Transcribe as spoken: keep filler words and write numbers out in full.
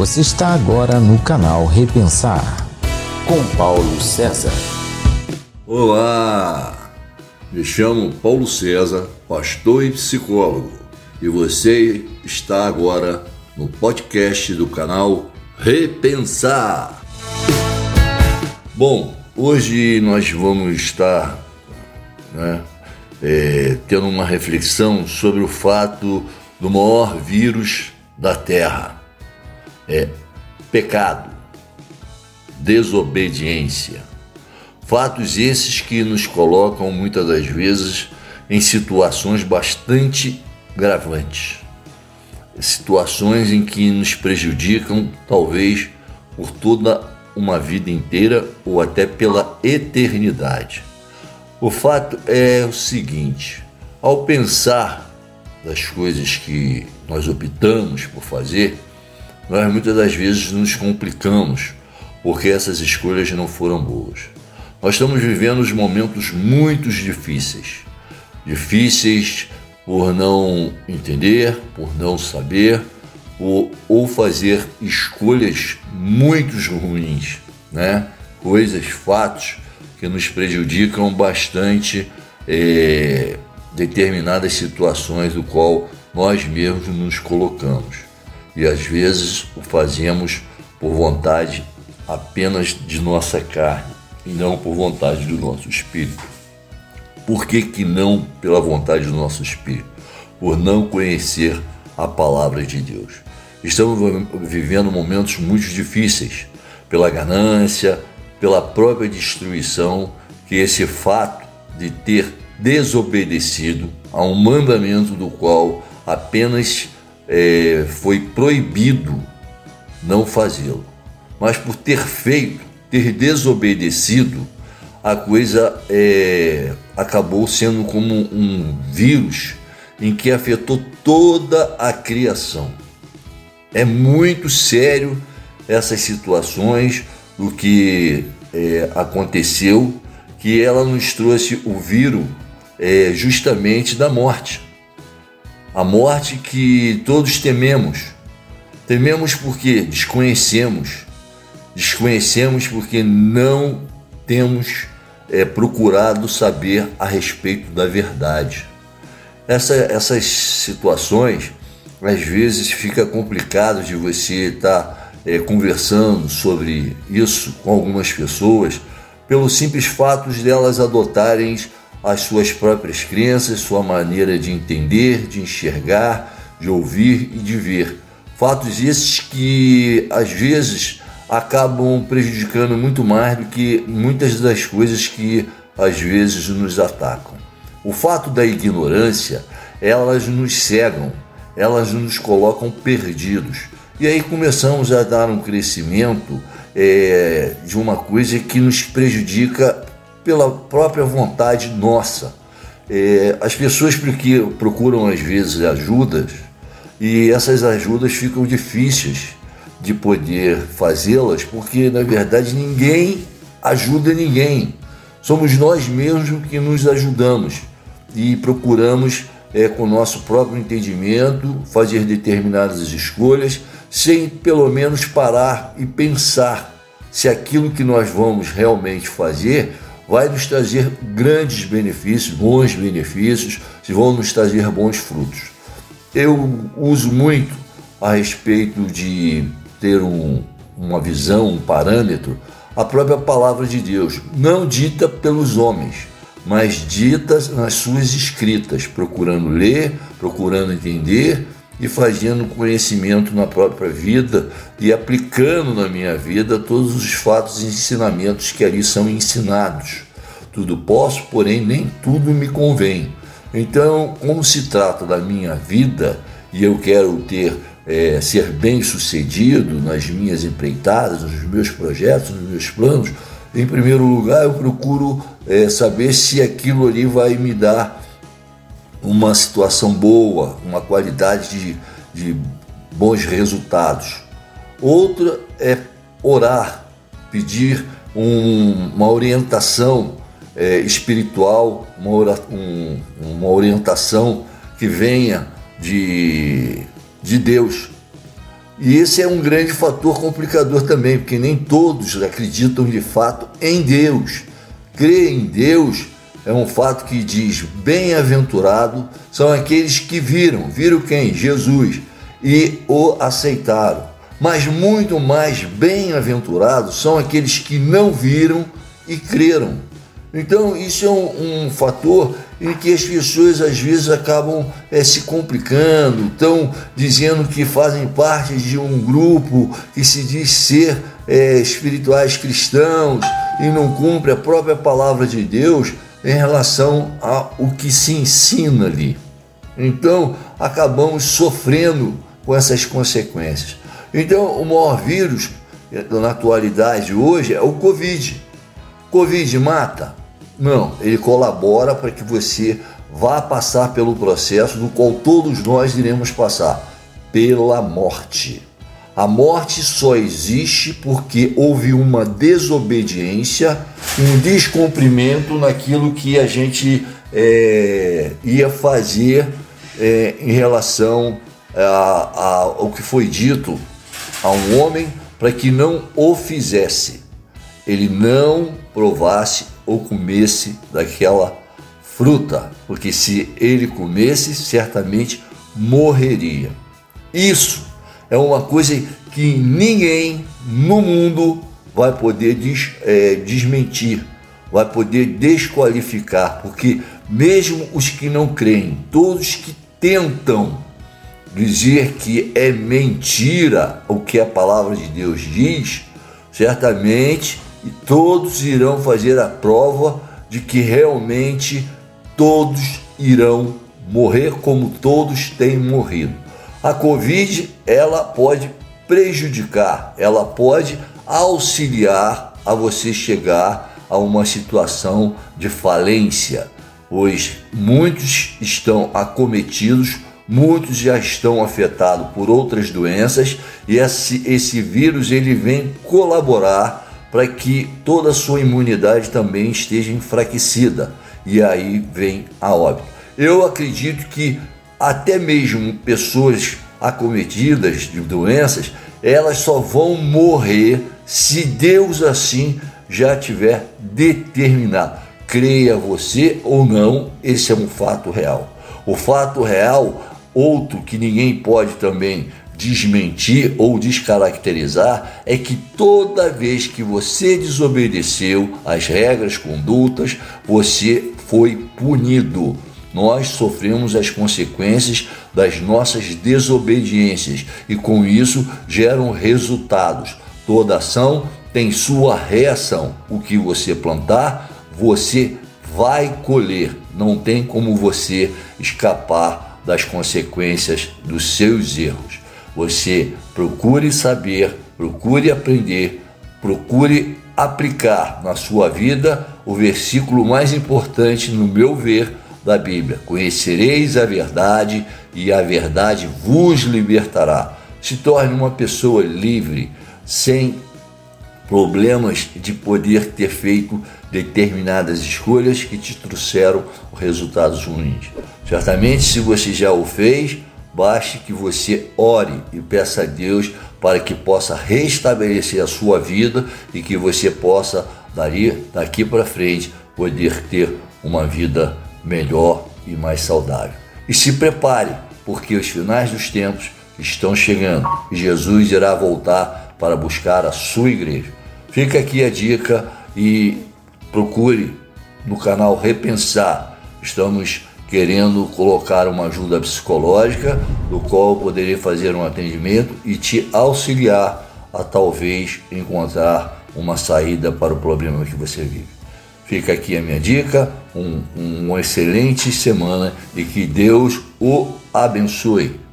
Você está agora no canal Repensar, com Paulo César. Olá, me chamo Paulo César, pastor e psicólogo, e você está agora no podcast do canal Repensar. Bom, hoje nós vamos estar né, é, tendo uma reflexão sobre o fato do maior vírus da Terra. É pecado, desobediência. Fatos esses que nos colocam muitas das vezes em situações bastante gravantes. Situações em que nos prejudicam talvez por toda uma vida inteira ou até pela eternidade. O fato é o seguinte: ao pensar das coisas que nós optamos por fazer, nós muitas das vezes nos complicamos porque essas escolhas não foram boas. Nós estamos vivendo momentos muito difíceis, difíceis por não entender, por não saber, ou, ou fazer escolhas muito ruins, né? Coisas, fatos que nos prejudicam bastante é, determinadas situações do qual nós mesmos nos colocamos. E às vezes o fazemos por vontade apenas de nossa carne e não por vontade do nosso espírito. Por que que não pela vontade do nosso espírito? Por não conhecer a palavra de Deus. Estamos vivendo momentos muito difíceis pela ganância, pela própria destruição que esse fato de ter desobedecido a um mandamento do qual apenas É, foi proibido não fazê-lo, mas por ter feito, ter desobedecido, a coisa é, acabou sendo como um vírus em que afetou toda a criação. É muito sério essas situações, o que é, aconteceu, que ela nos trouxe o vírus é, justamente da morte. A morte que todos tememos. Tememos porque desconhecemos. Desconhecemos porque não temos é, procurado saber a respeito da verdade. Essa, essas situações, às vezes, fica complicado de você estar é, conversando sobre isso com algumas pessoas, pelo simples fato de elas adotarem as suas próprias crenças, sua maneira de entender, de enxergar, de ouvir e de ver. Fatos esses que, às vezes, acabam prejudicando muito mais do que muitas das coisas que, às vezes, nos atacam. O fato da ignorância, elas nos cegam, elas nos colocam perdidos. E aí começamos a dar um crescimento é, de uma coisa que nos prejudica pela própria vontade nossa. É, as pessoas procuram às vezes ajudas e essas ajudas ficam difíceis de poder fazê-las porque na verdade ninguém ajuda ninguém. Somos nós mesmos que nos ajudamos e procuramos é, com o nosso próprio entendimento fazer determinadas escolhas sem pelo menos parar e pensar se aquilo que nós vamos realmente fazer vai nos trazer grandes benefícios, bons benefícios, se vão nos trazer bons frutos. Eu uso muito a respeito de ter um, uma visão, um parâmetro, a própria palavra de Deus, não dita pelos homens, mas dita nas suas escritas, procurando ler, procurando entender e fazendo conhecimento na própria vida e aplicando na minha vida todos os fatos e ensinamentos que ali são ensinados. Tudo posso, porém nem tudo me convém. Então, como se trata da minha vida e eu quero ter, é, ser bem sucedido nas minhas empreitadas, nos meus projetos, nos meus planos, em primeiro lugar eu procuro é, saber se aquilo ali vai me dar uma situação boa, uma qualidade de, de bons resultados. Outra é orar, pedir um, uma orientação é, espiritual, uma, ora, um, uma orientação que venha de, de Deus. E esse é um grande fator complicador também, porque nem todos acreditam de fato em Deus. Crer em Deus é um fato que diz: bem-aventurado são aqueles que viram, viram quem? Jesus, e o aceitaram. Mas muito mais bem-aventurados são aqueles que não viram e creram. Então isso é um, um fator em que as pessoas às vezes acabam é, se complicando, estão dizendo que fazem parte de um grupo que se diz ser é, espirituais cristãos e não cumpre a própria palavra de Deus em relação ao que se ensina ali. Então acabamos sofrendo com essas consequências. Então o maior vírus na atualidade hoje é o Covid. Covid mata? Não, ele colabora para que você vá passar pelo processo no qual todos nós iremos passar, pela morte. A morte só existe porque houve uma desobediência, um descumprimento naquilo que a gente é, ia fazer é, em relação a, a, ao que foi dito a um homem para que não o fizesse. Ele não provasse ou comesse daquela fruta, porque se ele comesse, certamente morreria. Isso é uma coisa que ninguém no mundo vai poder des, é, desmentir, vai poder desqualificar, porque mesmo os que não creem, todos que tentam dizer que é mentira o que a palavra de Deus diz, certamente e todos irão fazer a prova de que realmente todos irão morrer como todos têm morrido. A Covid, ela pode prejudicar, ela pode auxiliar a você chegar a uma situação de falência, pois muitos estão acometidos, muitos já estão afetados por outras doenças e esse, esse vírus ele vem colaborar para que toda a sua imunidade também esteja enfraquecida, e aí vem a óbito. Eu acredito que até mesmo pessoas acometidas de doenças, elas só vão morrer se Deus assim já tiver determinado. Creia você ou não, esse é um fato real. O fato real, outro que ninguém pode também desmentir ou descaracterizar, é que toda vez que você desobedeceu às regras, condutas, você foi punido. Nós sofremos as consequências das nossas desobediências e com isso geram resultados. Toda ação tem sua reação. O que você plantar, você vai colher. Não tem como você escapar das consequências dos seus erros. Você procure saber, procure aprender, procure aplicar na sua vida o versículo mais importante, no meu ver, da Bíblia. Conhecereis a verdade e a verdade vos libertará. Se torne uma pessoa livre, sem problemas de poder ter feito determinadas escolhas que te trouxeram resultados ruins. Certamente, se você já o fez, baste que você ore e peça a Deus para que possa restabelecer a sua vida e que você possa, dali, daqui para frente, poder ter uma vida melhor e mais saudável. E se prepare, porque os finais dos tempos estão chegando e Jesus irá voltar para buscar a sua igreja. Fica aqui a dica e procure no canal Repensar. Estamos querendo colocar uma ajuda psicológica, do qual eu poderei fazer um atendimento e te auxiliar a talvez encontrar uma saída para o problema que você vive. Fica aqui a minha dica, um, um, uma excelente semana e que Deus o abençoe.